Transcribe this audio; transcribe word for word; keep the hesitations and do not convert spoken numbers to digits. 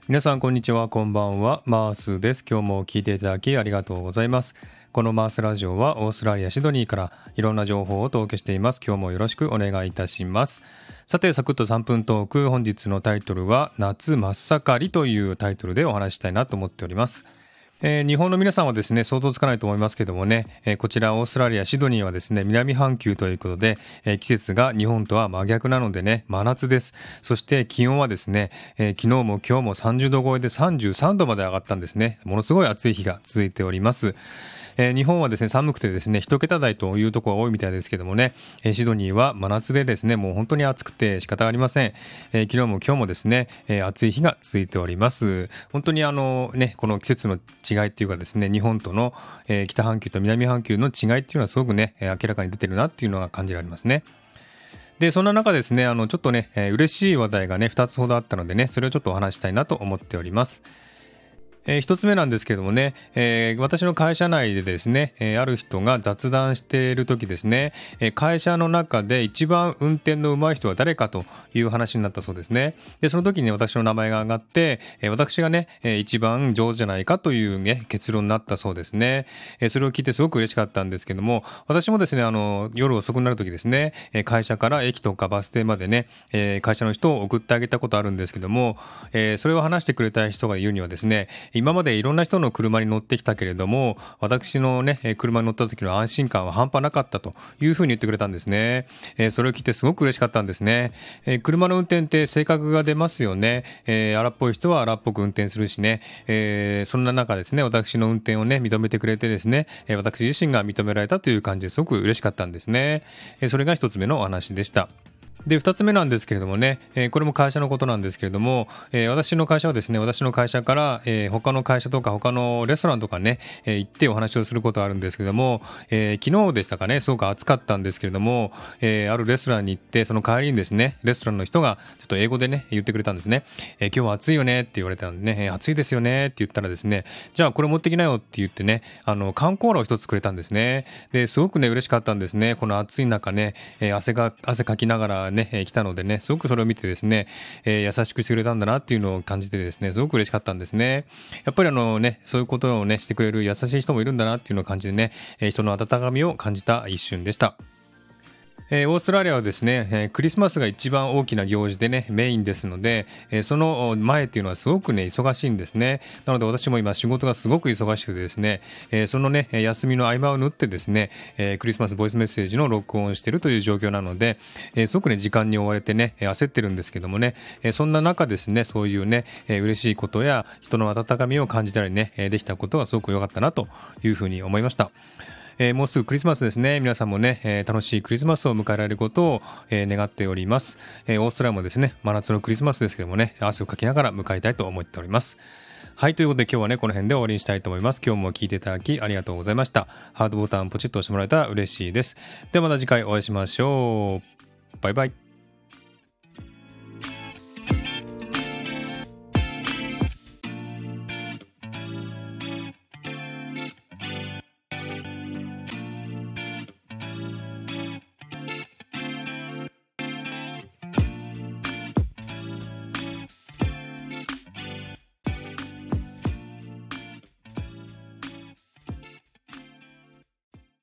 皆さんこんにちは、こんばんは。マースです。今日も聞いていただきありがとうございます。このマースラジオはオーストラリアシドニーからいろんな情報をお届けしています。今日もよろしくお願いいたします。さて、サクッとさんぷんトーク、本日のタイトルは夏真っ盛りというタイトルでお話ししたいなと思っております。えー、日本の皆さんはですね、想像つかないと思いますけどもね、えー、こちらオーストラリアシドニーはですね、南半球ということで、えー、季節が日本とは真逆なのでね、真夏です。そして気温はですね、えー、昨日も今日もさんじゅうど超えでさんじゅうさんどまで上がったんですね。ものすごい暑い日が続いております。えー、日本はですね、寒くてですね、一桁台というところが多いみたいですけどもね、えー、シドニーは真夏でですね、もう本当に暑くて仕方ありません。えー、昨日も今日もですね、えー、暑い日が続いております。本当にあのね、この季節の違いっていうかですね、日本との、えー、北半球と南半球の違いっていうのはすごくね、明らかに出てるなっていうのが感じられますね。で、そんな中ですね、あのちょっとね、えー、嬉しい話題がね、ふたつほどあったのでね、それをちょっとお話したいなと思っております。えー、一つ目なんですけれどもね、えー、私の会社内でですね、えー、ある人が雑談している時ですね、えー、会社の中で一番運転の上手い人は誰かという話になったそうですね。で、その時に私の名前が挙がって、えー、私がね、えー、一番上手じゃないかというね、結論になったそうですね。えー、それを聞いてすごく嬉しかったんですけども、私もですね、あの、夜遅くなる時ですね、えー、会社から駅とかバス停までね、えー、会社の人を送ってあげたことあるんですけども、えー、それを話してくれた人が言うにはですね、今までいろんな人の車に乗ってきたけれども、私のね、車に乗った時の安心感は半端なかったというふうに言ってくれたんですね。えー、それを聞いてすごく嬉しかったんですね。えー、車の運転って性格が出ますよね。えー、荒っぽい人は荒っぽく運転するしね。えー、そんな中ですね、私の運転をね、認めてくれてですね、えー、私自身が認められたという感じですごく嬉しかったんですね。えー、それが一つ目のお話でした。で、二つ目なんですけれどもね、えー、これも会社のことなんですけれども、えー、私の会社はですね、私の会社から、えー、他の会社とか他のレストランとかね、えー、行ってお話をすることがあるんですけれども、えー、昨日でしたかね、すごく暑かったんですけれども、えー、あるレストランに行って、その帰りにですね、レストランの人がちょっと英語でね、言ってくれたんですね。えー、今日は暑いよねって言われたんでね、えー、暑いですよねって言ったらですね、じゃあこれ持ってきなよって言ってね、あの、缶コーラを一つくれたんですね。で、すごくね、嬉しかったんですね。この暑い中ね、えー、汗が、汗かきながらね、えー、来たのでね、すごくそれを見てですね、えー、優しくしてくれたんだなっていうのを感じてですね、すごく嬉しかったんですね。やっぱりあのね、そういうことをね、してくれる優しい人もいるんだなっていうのを感じてね、えー、人の温かみを感じた一瞬でした。えー、オーストラリアはですね、えー、クリスマスが一番大きな行事でね、メインですので、えー、その前っていうのはすごくね、忙しいんですね。なので私も今仕事がすごく忙しくてですね、えー、そのね、休みの合間を縫ってですね、えー、クリスマスボイスメッセージの録音をしているという状況なので、えー、すごくね、時間に追われてね、焦ってるんですけどもね、えー、そんな中ですね、そういうね、えー、嬉しいことや人の温かみを感じたりね、えー、できたことがすごく良かったなというふうに思いました。えー、もうすぐクリスマスですね。皆さんもね、えー、楽しいクリスマスを迎えられることを、えー、願っております、えー。オーストラリアもですね、真夏のクリスマスですけどもね、汗をかきながら迎えたいと思っております。はい、ということで今日はね、この辺で終わりにしたいと思います。今日も聞いていただきありがとうございました。ハードボタンポチッと押してもらえたら嬉しいです。ではまた次回お会いしましょう。バイバイ。